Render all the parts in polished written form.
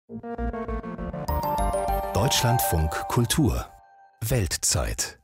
Deutschlandfunk Kultur Weltzeit.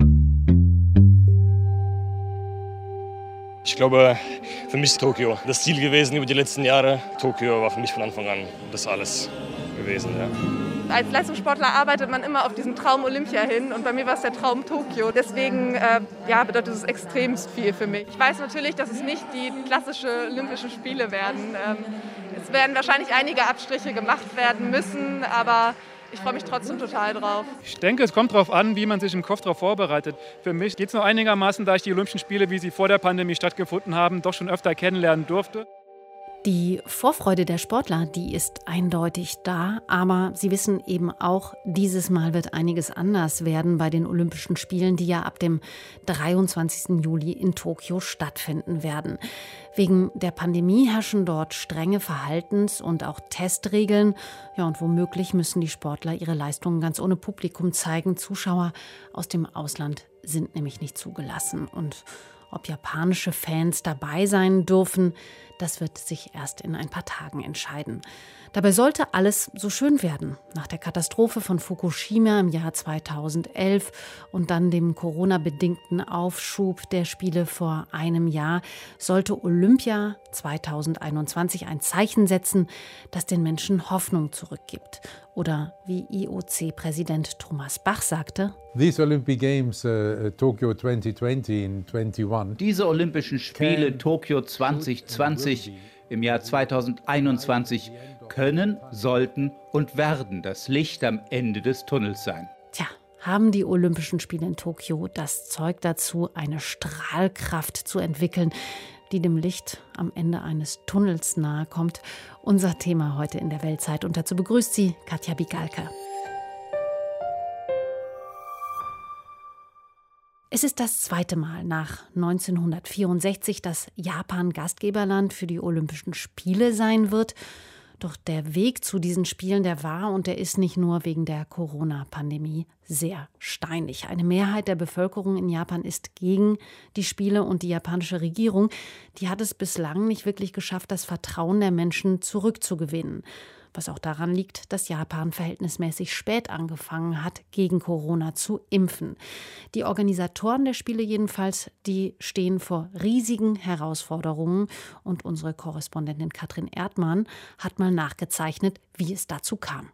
Ich glaube, für mich ist Tokio das Ziel gewesen über die letzten Jahre. Tokio war für mich von Anfang an das alles gewesen. Ja. Als Leistungssportler arbeitet man immer auf diesen Traum Olympia hin und bei mir war es der Traum Tokio. Deswegen bedeutet es extrem viel für mich. Ich weiß natürlich, dass es nicht die klassischen Olympischen Spiele werden. Es werden wahrscheinlich einige Abstriche gemacht werden müssen, aber ich freue mich trotzdem total drauf. Ich denke, es kommt darauf an, wie man sich im Kopf darauf vorbereitet. Für mich geht es noch einigermaßen, da ich die Olympischen Spiele, wie sie vor der Pandemie stattgefunden haben, doch schon öfter kennenlernen durfte. Die Vorfreude der Sportler, die ist eindeutig da, aber sie wissen eben auch, dieses Mal wird einiges anders werden bei den Olympischen Spielen, die ja ab dem 23. Juli in Tokio stattfinden werden. Wegen der Pandemie herrschen dort strenge Verhaltens- und auch Testregeln. Ja, und womöglich müssen die Sportler ihre Leistungen ganz ohne Publikum zeigen. Zuschauer aus dem Ausland sind nämlich nicht zugelassen. Und ob japanische Fans dabei sein dürfen, das wird sich erst in ein paar Tagen entscheiden. Dabei sollte alles so schön werden. Nach der Katastrophe von Fukushima im Jahr 2011 und dann dem Corona-bedingten Aufschub der Spiele vor einem Jahr sollte Olympia 2021 ein Zeichen setzen, das den Menschen Hoffnung zurückgibt. Oder wie IOC-Präsident Thomas Bach sagte: These Olympic Games, Tokyo 2020 in 21. Diese Olympischen Spiele Tokio 2020 im Jahr 2021 können, sollten und werden das Licht am Ende des Tunnels sein. Tja, haben die Olympischen Spiele in Tokio das Zeug dazu, eine Strahlkraft zu entwickeln, die dem Licht am Ende eines Tunnels nahe kommt? Unser Thema heute in der Weltzeit. Und dazu begrüßt sie Katja Bigalke. Es ist das zweite Mal nach 1964, dass Japan Gastgeberland für die Olympischen Spiele sein wird. Doch der Weg zu diesen Spielen, der war und der ist nicht nur wegen der Corona-Pandemie sehr steinig. Eine Mehrheit der Bevölkerung in Japan ist gegen die Spiele und die japanische Regierung, die hat es bislang nicht wirklich geschafft, das Vertrauen der Menschen zurückzugewinnen. Was auch daran liegt, dass Japan verhältnismäßig spät angefangen hat, gegen Corona zu impfen. Die Organisatoren der Spiele jedenfalls, die stehen vor riesigen Herausforderungen. Und unsere Korrespondentin Katrin Erdmann hat mal nachgezeichnet, wie es dazu kam.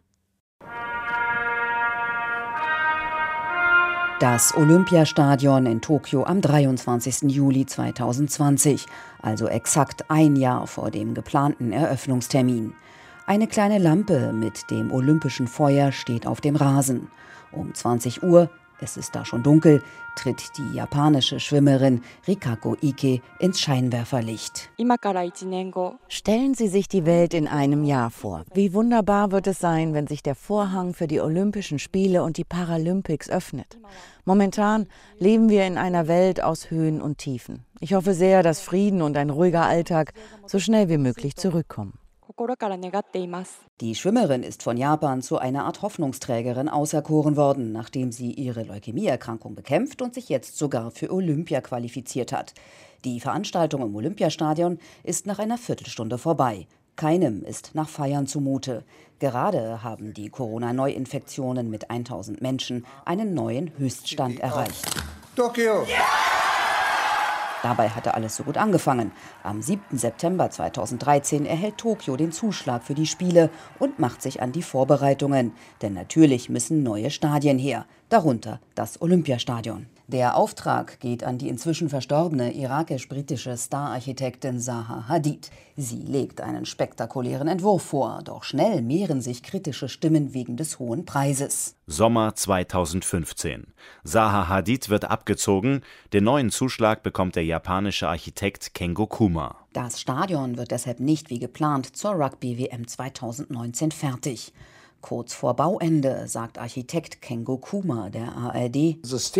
Das Olympiastadion in Tokio am 23. Juli 2020, also exakt ein Jahr vor dem geplanten Eröffnungstermin. Eine kleine Lampe mit dem olympischen Feuer steht auf dem Rasen. Um 20 Uhr, es ist da schon dunkel, tritt die japanische Schwimmerin Rikako Ike ins Scheinwerferlicht. Stellen Sie sich die Welt in einem Jahr vor. Wie wunderbar wird es sein, wenn sich der Vorhang für die Olympischen Spiele und die Paralympics öffnet. Momentan leben wir in einer Welt aus Höhen und Tiefen. Ich hoffe sehr, dass Frieden und ein ruhiger Alltag so schnell wie möglich zurückkommen. Die Schwimmerin ist von Japan zu einer Art Hoffnungsträgerin auserkoren worden, nachdem sie ihre Leukämieerkrankung bekämpft und sich jetzt sogar für Olympia qualifiziert hat. Die Veranstaltung im Olympiastadion ist nach einer Viertelstunde vorbei. Keinem ist nach Feiern zumute. Gerade haben die Corona-Neuinfektionen mit 1000 Menschen einen neuen Höchststand erreicht. Tokio! Yeah! Dabei hatte alles so gut angefangen. Am 7. September 2013 erhält Tokio den Zuschlag für die Spiele und macht sich an die Vorbereitungen. Denn natürlich müssen neue Stadien her, darunter das Olympiastadion. Der Auftrag geht an die inzwischen verstorbene irakisch-britische Stararchitektin Zaha Hadid. Sie legt einen spektakulären Entwurf vor, doch schnell mehren sich kritische Stimmen wegen des hohen Preises. Sommer 2015. Zaha Hadid wird abgezogen. Den neuen Zuschlag bekommt der japanische Architekt Kengo Kuma. Das Stadion wird deshalb nicht wie geplant zur Rugby-WM 2019 fertig. Kurz vor Bauende, sagt Architekt Kengo Kuma der ARD.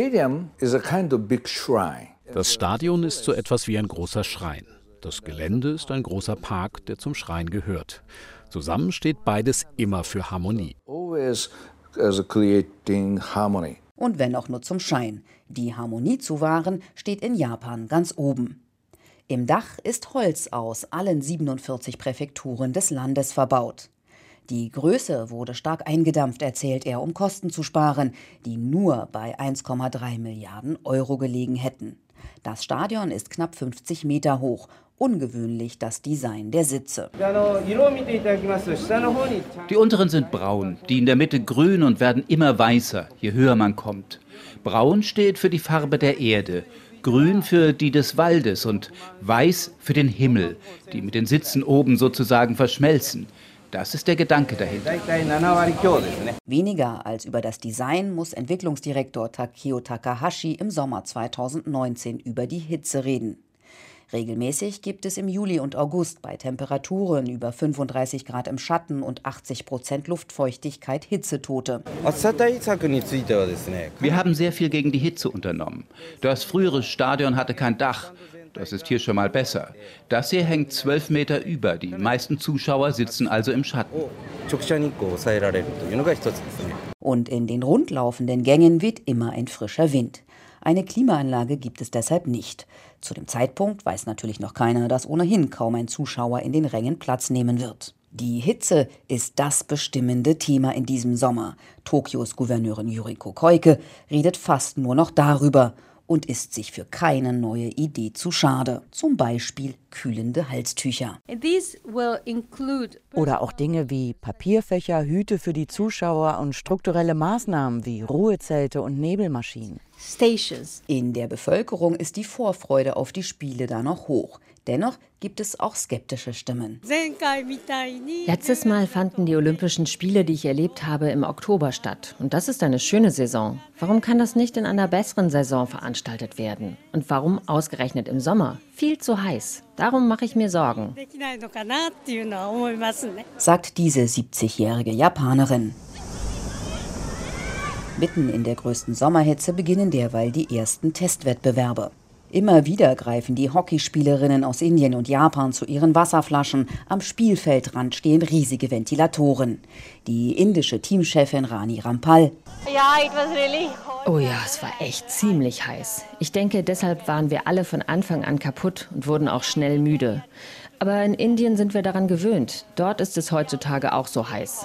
Das Stadion ist so etwas wie ein großer Schrein. Das Gelände ist ein großer Park, der zum Schrein gehört. Zusammen steht beides immer für Harmonie. Und wenn auch nur zum Schein. Die Harmonie zu wahren, steht in Japan ganz oben. Im Dach ist Holz aus allen 47 Präfekturen des Landes verbaut. Die Größe wurde stark eingedampft, erzählt er, um Kosten zu sparen, die nur bei 1,3 Milliarden Euro gelegen hätten. Das Stadion ist knapp 50 Meter hoch. Ungewöhnlich das Design der Sitze. Die unteren sind braun, die in der Mitte grün und werden immer weißer, je höher man kommt. Braun steht für die Farbe der Erde, grün für die des Waldes und weiß für den Himmel, die mit den Sitzen oben sozusagen verschmelzen. Das ist der Gedanke dahinter. Weniger als über das Design muss Entwicklungsdirektor Takeo Takahashi im Sommer 2019 über die Hitze reden. Regelmäßig gibt es im Juli und August bei Temperaturen über 35 Grad im Schatten und 80% Luftfeuchtigkeit Hitzetote. Wir haben sehr viel gegen die Hitze unternommen. Das frühere Stadion hatte kein Dach. Das ist hier schon mal besser. Das hier hängt 12 Meter über. Die meisten Zuschauer sitzen also im Schatten. Und in den rundlaufenden Gängen weht immer ein frischer Wind. Eine Klimaanlage gibt es deshalb nicht. Zu dem Zeitpunkt weiß natürlich noch keiner, dass ohnehin kaum ein Zuschauer in den Rängen Platz nehmen wird. Die Hitze ist das bestimmende Thema in diesem Sommer. Tokios Gouverneurin Yuriko Koike redet fast nur noch darüber und ist sich für keine neue Idee zu schade. Zum Beispiel kühlende Halstücher. Oder auch Dinge wie Papierfächer, Hüte für die Zuschauer und strukturelle Maßnahmen wie Ruhezelte und Nebelmaschinen. In der Bevölkerung ist die Vorfreude auf die Spiele da noch hoch. Dennoch gibt es auch skeptische Stimmen. Letztes Mal fanden die Olympischen Spiele, die ich erlebt habe, im Oktober statt. Und das ist eine schöne Saison. Warum kann das nicht in einer besseren Saison veranstaltet werden? Und warum ausgerechnet im Sommer? Viel zu heiß. Darum mache ich mir Sorgen, sagt diese 70-jährige Japanerin. Mitten in der größten Sommerhitze beginnen derweil die ersten Testwettbewerbe. Immer wieder greifen die Hockeyspielerinnen aus Indien und Japan zu ihren Wasserflaschen. Am Spielfeldrand stehen riesige Ventilatoren. Die indische Teamchefin Rani Rampal. Oh ja, es war echt ziemlich heiß. Ich denke, deshalb waren wir alle von Anfang an kaputt und wurden auch schnell müde. Aber in Indien sind wir daran gewöhnt. Dort ist es heutzutage auch so heiß.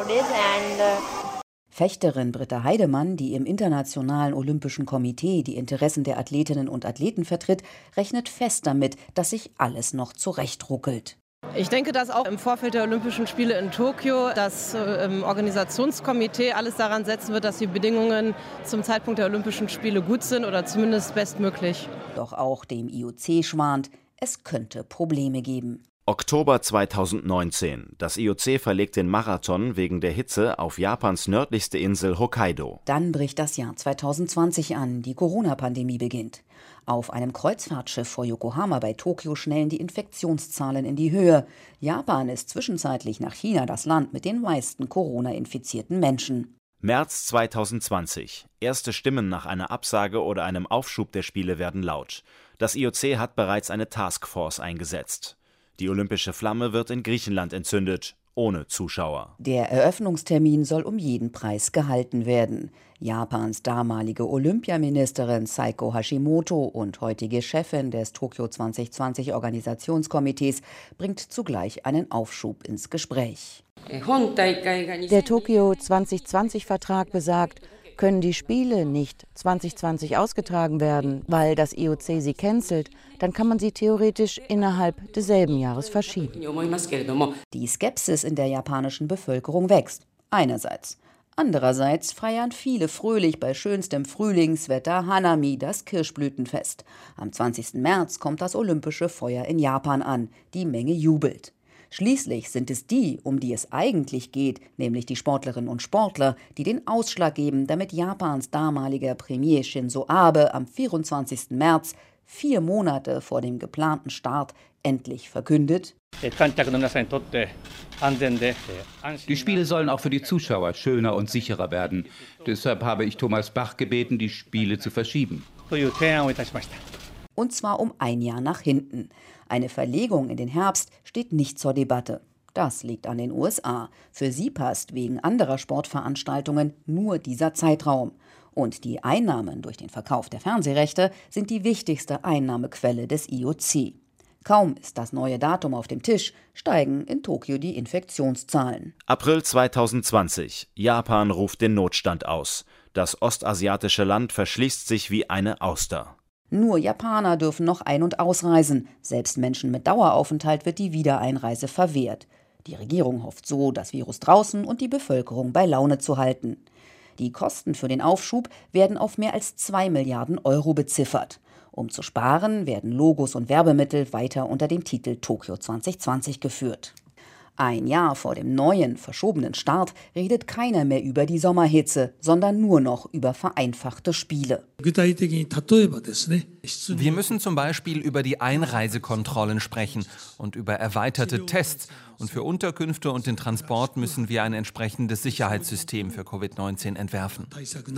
Fechterin Britta Heidemann, die im Internationalen Olympischen Komitee die Interessen der Athletinnen und Athleten vertritt, rechnet fest damit, dass sich alles noch zurechtruckelt. Ich denke, dass auch im Vorfeld der Olympischen Spiele in Tokio das Organisationskomitee alles daran setzen wird, dass die Bedingungen zum Zeitpunkt der Olympischen Spiele gut sind oder zumindest bestmöglich. Doch auch dem IOC schwant, es könnte Probleme geben. Oktober 2019. Das IOC verlegt den Marathon wegen der Hitze auf Japans nördlichste Insel Hokkaido. Dann bricht das Jahr 2020 an, die Corona-Pandemie beginnt. Auf einem Kreuzfahrtschiff vor Yokohama bei Tokio schnellen die Infektionszahlen in die Höhe. Japan ist zwischenzeitlich nach China das Land mit den meisten Corona-infizierten Menschen. März 2020. Erste Stimmen nach einer Absage oder einem Aufschub der Spiele werden laut. Das IOC hat bereits eine Taskforce eingesetzt. Die olympische Flamme wird in Griechenland entzündet, ohne Zuschauer. Der Eröffnungstermin soll um jeden Preis gehalten werden. Japans damalige Olympiaministerin Saiko Hashimoto und heutige Chefin des Tokio 2020 Organisationskomitees bringt zugleich einen Aufschub ins Gespräch. Der Tokio 2020-Vertrag besagt, können die Spiele nicht 2020 ausgetragen werden, weil das IOC sie cancelt, dann kann man sie theoretisch innerhalb desselben Jahres verschieben. Die Skepsis in der japanischen Bevölkerung wächst. Einerseits. Andererseits feiern viele fröhlich bei schönstem Frühlingswetter Hanami, das Kirschblütenfest. Am 20. März kommt das olympische Feuer in Japan an. Die Menge jubelt. Schließlich sind es die, um die es eigentlich geht, nämlich die Sportlerinnen und Sportler, die den Ausschlag geben, damit Japans damaliger Premier Shinzo Abe am 24. März, 4 Monate vor dem geplanten Start, endlich verkündet: Die Spiele sollen auch für die Zuschauer schöner und sicherer werden. Deshalb habe ich Thomas Bach gebeten, die Spiele zu verschieben. Und zwar um ein Jahr nach hinten. Eine Verlegung in den Herbst steht nicht zur Debatte. Das liegt an den USA. Für sie passt wegen anderer Sportveranstaltungen nur dieser Zeitraum. Und die Einnahmen durch den Verkauf der Fernsehrechte sind die wichtigste Einnahmequelle des IOC. Kaum ist das neue Datum auf dem Tisch, steigen in Tokio die Infektionszahlen. April 2020. Japan ruft den Notstand aus. Das ostasiatische Land verschließt sich wie eine Auster. Nur Japaner dürfen noch ein- und ausreisen. Selbst Menschen mit Daueraufenthalt wird die Wiedereinreise verwehrt. Die Regierung hofft so, das Virus draußen und die Bevölkerung bei Laune zu halten. Die Kosten für den Aufschub werden auf mehr als 2 Milliarden Euro beziffert. Um zu sparen, werden Logos und Werbemittel weiter unter dem Titel Tokio 2020 geführt. Ein Jahr vor dem neuen, verschobenen Start redet keiner mehr über die Sommerhitze, sondern nur noch über vereinfachte Spiele. Wir müssen zum Beispiel über die Einreisekontrollen sprechen und über erweiterte Tests. Und für Unterkünfte und den Transport müssen wir ein entsprechendes Sicherheitssystem für Covid-19 entwerfen.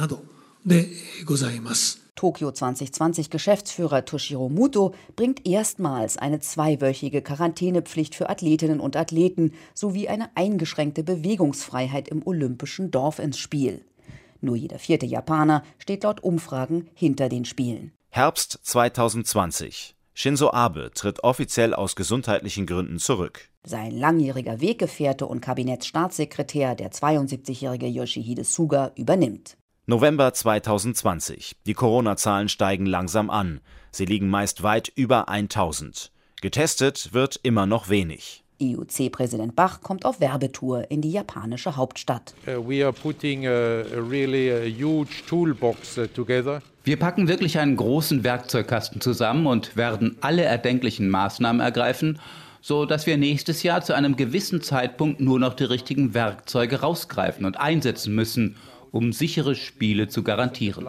Tokio 2020 Geschäftsführer Toshiro Muto bringt erstmals eine 2-wöchige Quarantänepflicht für Athletinnen und Athleten sowie eine eingeschränkte Bewegungsfreiheit im olympischen Dorf ins Spiel. Nur jeder 4. Japaner steht laut Umfragen hinter den Spielen. Herbst 2020. Shinzo Abe tritt offiziell aus gesundheitlichen Gründen zurück. Sein langjähriger Weggefährte und Kabinettsstaatssekretär, der 72-jährige Yoshihide Suga, übernimmt. November 2020. Die Corona-Zahlen steigen langsam an. Sie liegen meist weit über 1000. Getestet wird immer noch wenig. IOC-Präsident Bach kommt auf Werbetour in die japanische Hauptstadt. We are putting a huge toolbox together. Wir packen wirklich einen großen Werkzeugkasten zusammen und werden alle erdenklichen Maßnahmen ergreifen, so dass wir nächstes Jahr zu einem gewissen Zeitpunkt nur noch die richtigen Werkzeuge rausgreifen und einsetzen müssen, um sichere Spiele zu garantieren.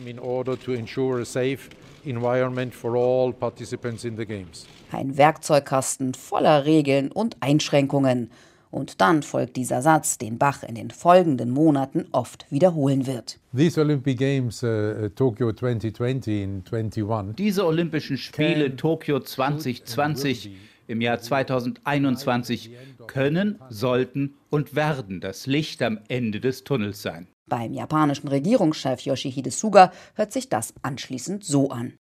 Ein Werkzeugkasten voller Regeln und Einschränkungen. Und dann folgt dieser Satz, den Bach in den folgenden Monaten oft wiederholen wird. These Olympic Games, Tokyo 2020 in 21. Diese Olympischen Spiele Tokio 2020 im Jahr 2021 können, sollten und werden das Licht am Ende des Tunnels sein. Beim japanischen Regierungschef Yoshihide Suga hört sich das anschließend so an.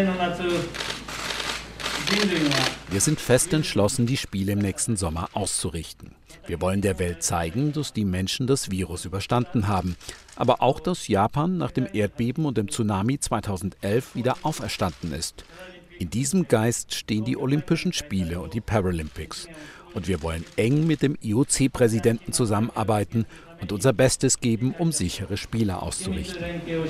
Wir sind fest entschlossen, die Spiele im nächsten Sommer auszurichten. Wir wollen der Welt zeigen, dass die Menschen das Virus überstanden haben, aber auch, dass Japan nach dem Erdbeben und dem Tsunami 2011 wieder auferstanden ist. In diesem Geist stehen die Olympischen Spiele und die Paralympics. Und wir wollen eng mit dem IOC-Präsidenten zusammenarbeiten und unser Bestes geben, um sichere Spiele auszurichten.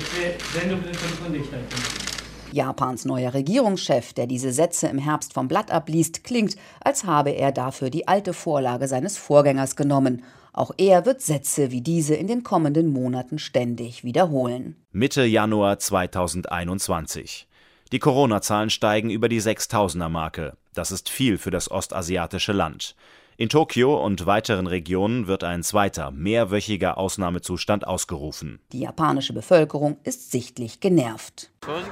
Japans neuer Regierungschef, der diese Sätze im Herbst vom Blatt abliest, klingt, als habe er dafür die alte Vorlage seines Vorgängers genommen. Auch er wird Sätze wie diese in den kommenden Monaten ständig wiederholen. Mitte Januar 2021. Die Corona-Zahlen steigen über die 6000er-Marke. Das ist viel für das ostasiatische Land. In Tokio und weiteren Regionen wird ein zweiter, mehrwöchiger Ausnahmezustand ausgerufen. Die japanische Bevölkerung ist sichtlich genervt.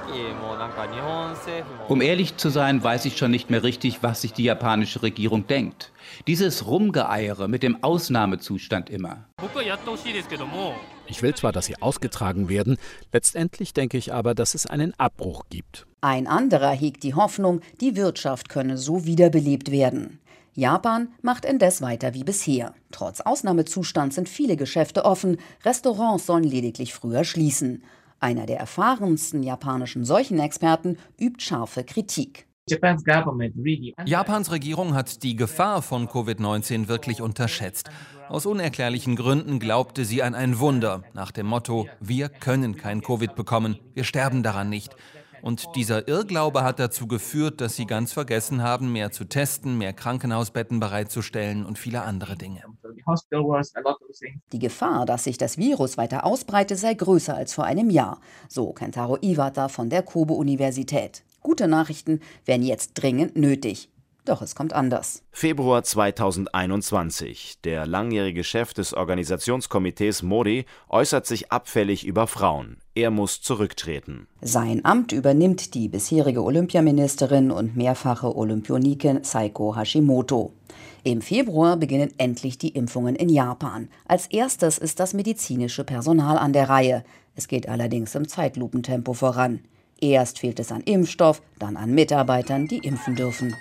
Um ehrlich zu sein, weiß ich schon nicht mehr richtig, was sich die japanische Regierung denkt. Dieses Rumgeeiere mit dem Ausnahmezustand immer. Ich will zwar, dass sie ausgetragen werden, letztendlich denke ich aber, dass es einen Abbruch gibt. Ein anderer hegt die Hoffnung, die Wirtschaft könne so wiederbelebt werden. Japan macht indes weiter wie bisher. Trotz Ausnahmezustand sind viele Geschäfte offen, Restaurants sollen lediglich früher schließen. Einer der erfahrensten japanischen Seuchenexperten übt scharfe Kritik. Japans Regierung hat die Gefahr von Covid-19 wirklich unterschätzt. Aus unerklärlichen Gründen glaubte sie an ein Wunder, nach dem Motto, wir können kein Covid bekommen, wir sterben daran nicht. Und dieser Irrglaube hat dazu geführt, dass sie ganz vergessen haben, mehr zu testen, mehr Krankenhausbetten bereitzustellen und viele andere Dinge. Die Gefahr, dass sich das Virus weiter ausbreitet, sei größer als vor einem Jahr, so Kentaro Iwata von der Kobe-Universität. Gute Nachrichten wären jetzt dringend nötig. Doch es kommt anders. Februar 2021. Der langjährige Chef des Organisationskomitees Mori äußert sich abfällig über Frauen. Er muss zurücktreten. Sein Amt übernimmt die bisherige Olympiaministerin und mehrfache Olympionikin Saiko Hashimoto. Im Februar beginnen endlich die Impfungen in Japan. Als erstes ist das medizinische Personal an der Reihe. Es geht allerdings im Zeitlupentempo voran. Erst fehlt es an Impfstoff, dann an Mitarbeitern, die impfen dürfen.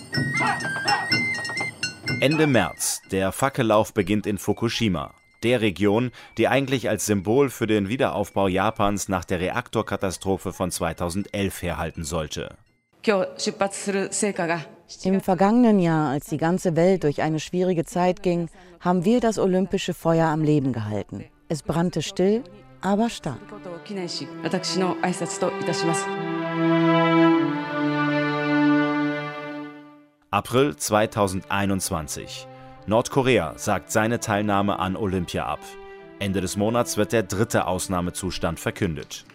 Ende März. Der Fackellauf beginnt in Fukushima, der Region, die eigentlich als Symbol für den Wiederaufbau Japans nach der Reaktorkatastrophe von 2011 herhalten sollte. Im vergangenen Jahr, als die ganze Welt durch eine schwierige Zeit ging, haben wir das olympische Feuer am Leben gehalten. Es brannte still, aber stark. April 2021. Nordkorea sagt seine Teilnahme an Olympia ab. Ende des Monats wird der 3. Ausnahmezustand verkündet.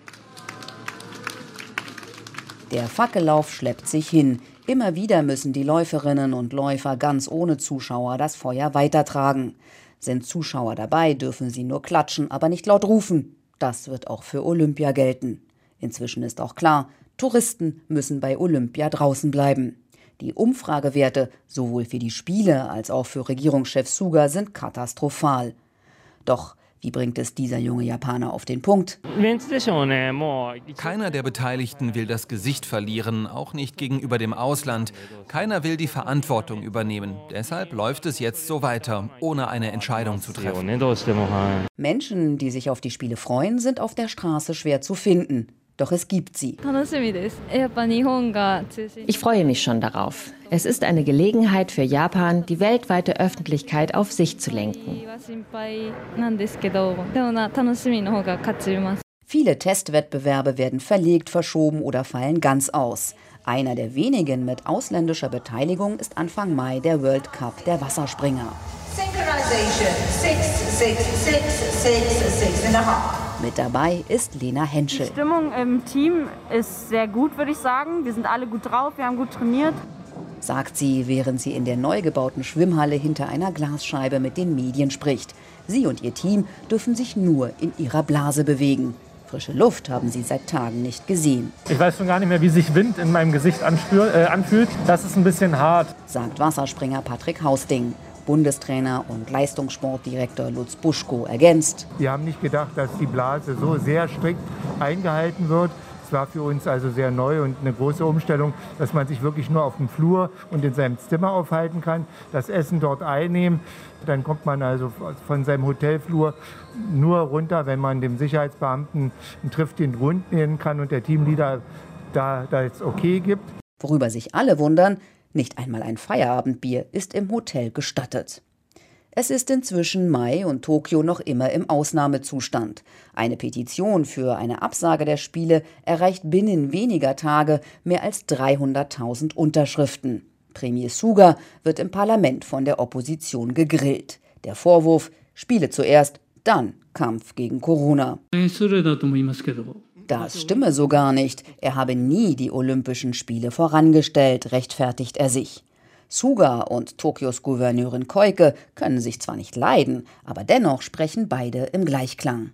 Der Fackellauf schleppt sich hin. Immer wieder müssen die Läuferinnen und Läufer ganz ohne Zuschauer das Feuer weitertragen. Sind Zuschauer dabei, dürfen sie nur klatschen, aber nicht laut rufen. Das wird auch für Olympia gelten. Inzwischen ist auch klar, Touristen müssen bei Olympia draußen bleiben. Die Umfragewerte, sowohl für die Spiele als auch für Regierungschef Suga, sind katastrophal. Doch wie bringt es dieser junge Japaner auf den Punkt? Keiner der Beteiligten will das Gesicht verlieren, auch nicht gegenüber dem Ausland. Keiner will die Verantwortung übernehmen. Deshalb läuft es jetzt so weiter, ohne eine Entscheidung zu treffen. Menschen, die sich auf die Spiele freuen, sind auf der Straße schwer zu finden. Doch es gibt sie. Ich freue mich schon darauf. Es ist eine Gelegenheit für Japan, die weltweite Öffentlichkeit auf sich zu lenken. Viele Testwettbewerbe werden verlegt, verschoben oder fallen ganz aus. Einer der wenigen mit ausländischer Beteiligung ist Anfang Mai der World Cup der Wasserspringer. Mit dabei ist Lena Henschel. Die Stimmung im Team ist sehr gut, würde ich sagen. Wir sind alle gut drauf, wir haben gut trainiert. Sagt sie, während sie in der neu gebauten Schwimmhalle hinter einer Glasscheibe mit den Medien spricht. Sie und ihr Team dürfen sich nur in ihrer Blase bewegen. Frische Luft haben sie seit Tagen nicht gesehen. Ich weiß schon gar nicht mehr, wie sich Wind in meinem Gesicht anfühlt. Das ist ein bisschen hart, sagt Wasserspringer Patrick Hausding. Bundestrainer und Leistungssportdirektor Lutz Buschko ergänzt: Wir haben nicht gedacht, dass die Blase so sehr strikt eingehalten wird. Es war für uns also sehr neu und eine große Umstellung, dass man sich wirklich nur auf dem Flur und in seinem Zimmer aufhalten kann, das Essen dort einnehmen. Dann kommt man also von seinem Hotelflur nur runter, wenn man dem Sicherheitsbeamten einen Triff den Hund nehmen kann und der Teamleader da es okay gibt. Worüber sich alle wundern: Nicht einmal ein Feierabendbier ist im Hotel gestattet. Es ist inzwischen Mai und Tokio noch immer im Ausnahmezustand. Eine Petition für eine Absage der Spiele erreicht binnen weniger Tage mehr als 300.000 Unterschriften. Premier Suga wird im Parlament von der Opposition gegrillt. Der Vorwurf: Spiele zuerst, dann Kampf gegen Corona. Das stimme so gar nicht. Er habe nie die Olympischen Spiele vorangestellt, rechtfertigt er sich. Suga und Tokios Gouverneurin Koike können sich zwar nicht leiden, aber dennoch sprechen beide im Gleichklang.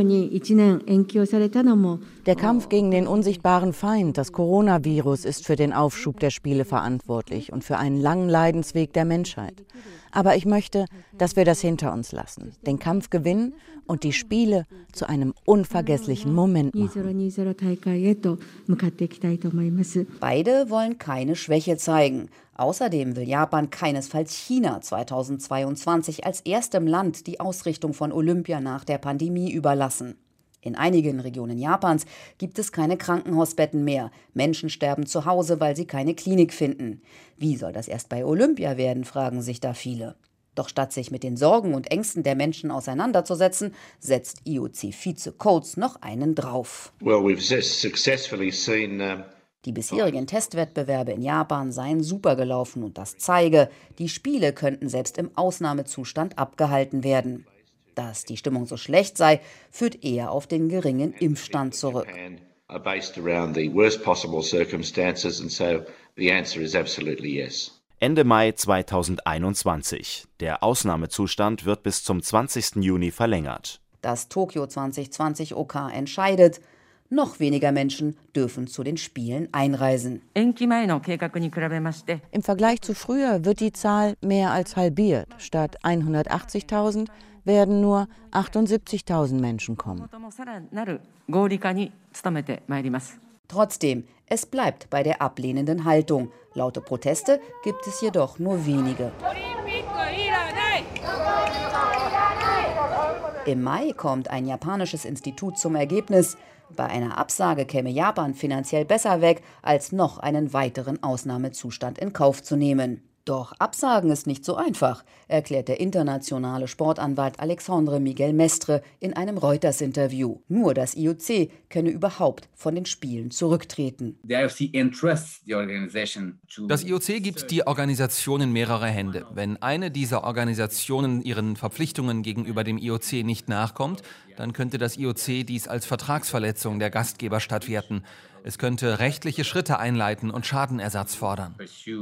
Der Kampf gegen den unsichtbaren Feind, das Coronavirus, ist für den Aufschub der Spiele verantwortlich und für einen langen Leidensweg der Menschheit. Aber ich möchte, dass wir das hinter uns lassen, den Kampf gewinnen und die Spiele zu einem unvergesslichen Moment machen. Beide wollen keine Schwäche zeigen. Außerdem will Japan keinesfalls China 2022 als erstem Land die Ausrichtung von Olympia nach der Pandemie überlassen. In einigen Regionen Japans gibt es keine Krankenhausbetten mehr. Menschen sterben zu Hause, weil sie keine Klinik finden. Wie soll das erst bei Olympia werden, fragen sich da viele. Doch statt sich mit den Sorgen und Ängsten der Menschen auseinanderzusetzen, setzt IOC-Vize Coates noch einen drauf. Die bisherigen Testwettbewerbe in Japan seien super gelaufen und das zeige, die Spiele könnten selbst im Ausnahmezustand abgehalten werden. Dass die Stimmung so schlecht sei, führt eher auf den geringen Impfstand zurück. Ende Mai 2021. Der Ausnahmezustand wird bis zum 20. Juni verlängert. Das Tokio 2020 OK entscheidet: Noch weniger Menschen dürfen zu den Spielen einreisen. Im Vergleich zu früher wird die Zahl mehr als halbiert. Statt 180.000 werden nur 78.000 Menschen kommen. Trotzdem, es bleibt bei der ablehnenden Haltung. Laute Proteste gibt es jedoch nur wenige. Im Mai kommt ein japanisches Institut zum Ergebnis: Bei einer Absage käme Japan finanziell besser weg, als noch einen weiteren Ausnahmezustand in Kauf zu nehmen. Doch Absagen ist nicht so einfach, erklärt der internationale Sportanwalt Alexandre Miguel Mestre in einem Reuters-Interview. Nur das IOC könne überhaupt von den Spielen zurücktreten. Das IOC gibt die Organisation in mehrere Hände. Wenn eine dieser Organisationen ihren Verpflichtungen gegenüber dem IOC nicht nachkommt, dann könnte das IOC dies als Vertragsverletzung der Gastgeberstadt werten. Es könnte rechtliche Schritte einleiten und Schadenersatz fordern.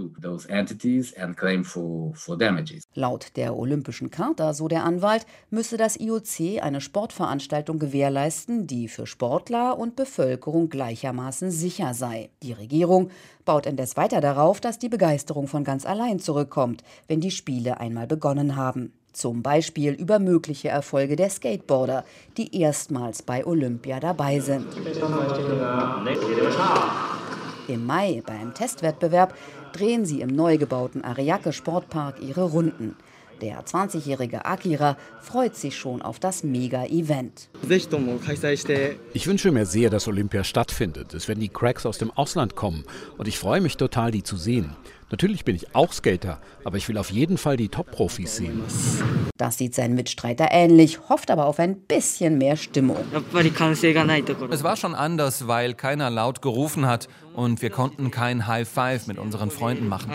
Laut der Olympischen Charta, so der Anwalt, müsse das IOC eine Sportveranstaltung gewährleisten, die für Sportler und Bevölkerung gleichermaßen sicher sei. Die Regierung baut indes weiter darauf, dass die Begeisterung von ganz allein zurückkommt, wenn die Spiele einmal begonnen haben. Zum Beispiel über mögliche Erfolge der Skateboarder, die erstmals bei Olympia dabei sind. Im Mai beim Testwettbewerb drehen sie im neu gebauten Ariake Sportpark ihre Runden. Der 20-jährige Akira freut sich schon auf das Mega-Event. Ich wünsche mir sehr, dass Olympia stattfindet. Es werden die Cracks aus dem Ausland kommen und ich freue mich total, die zu sehen. Natürlich bin ich auch Skater, aber ich will auf jeden Fall die Top-Profis sehen. Das sieht sein Mitstreiter ähnlich, hofft aber auf ein bisschen mehr Stimmung. Es war schon anders, weil keiner laut gerufen hat und wir konnten kein High Five mit unseren Freunden machen.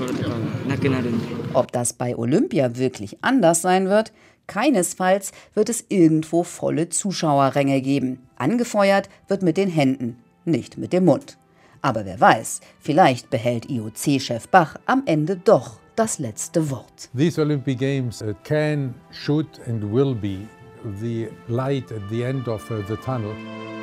Ob das bei Olympia wirklich anders sein wird? Keinesfalls wird es irgendwo volle Zuschauerränge geben. Angefeuert wird mit den Händen, nicht mit dem Mund. Aber wer weiß, vielleicht behält IOC-Chef Bach am Ende doch das letzte Wort. These Olympic Games can, should and will be the light at the end of the tunnel.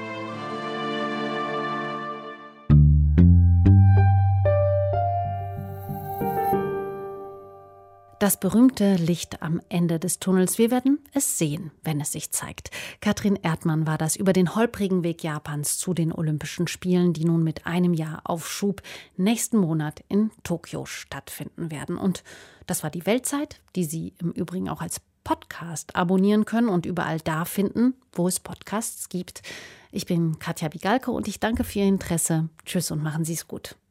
Das berühmte Licht am Ende des Tunnels. Wir werden es sehen, wenn es sich zeigt. Katrin Erdmann war das über den holprigen Weg Japans zu den Olympischen Spielen, die nun mit einem Jahr Aufschub nächsten Monat in Tokio stattfinden werden. Und das war die Weltzeit, die Sie im Übrigen auch als Podcast abonnieren können und überall da finden, wo es Podcasts gibt. Ich bin Katja Bigalke und ich danke für Ihr Interesse. Tschüss und machen Sie es gut.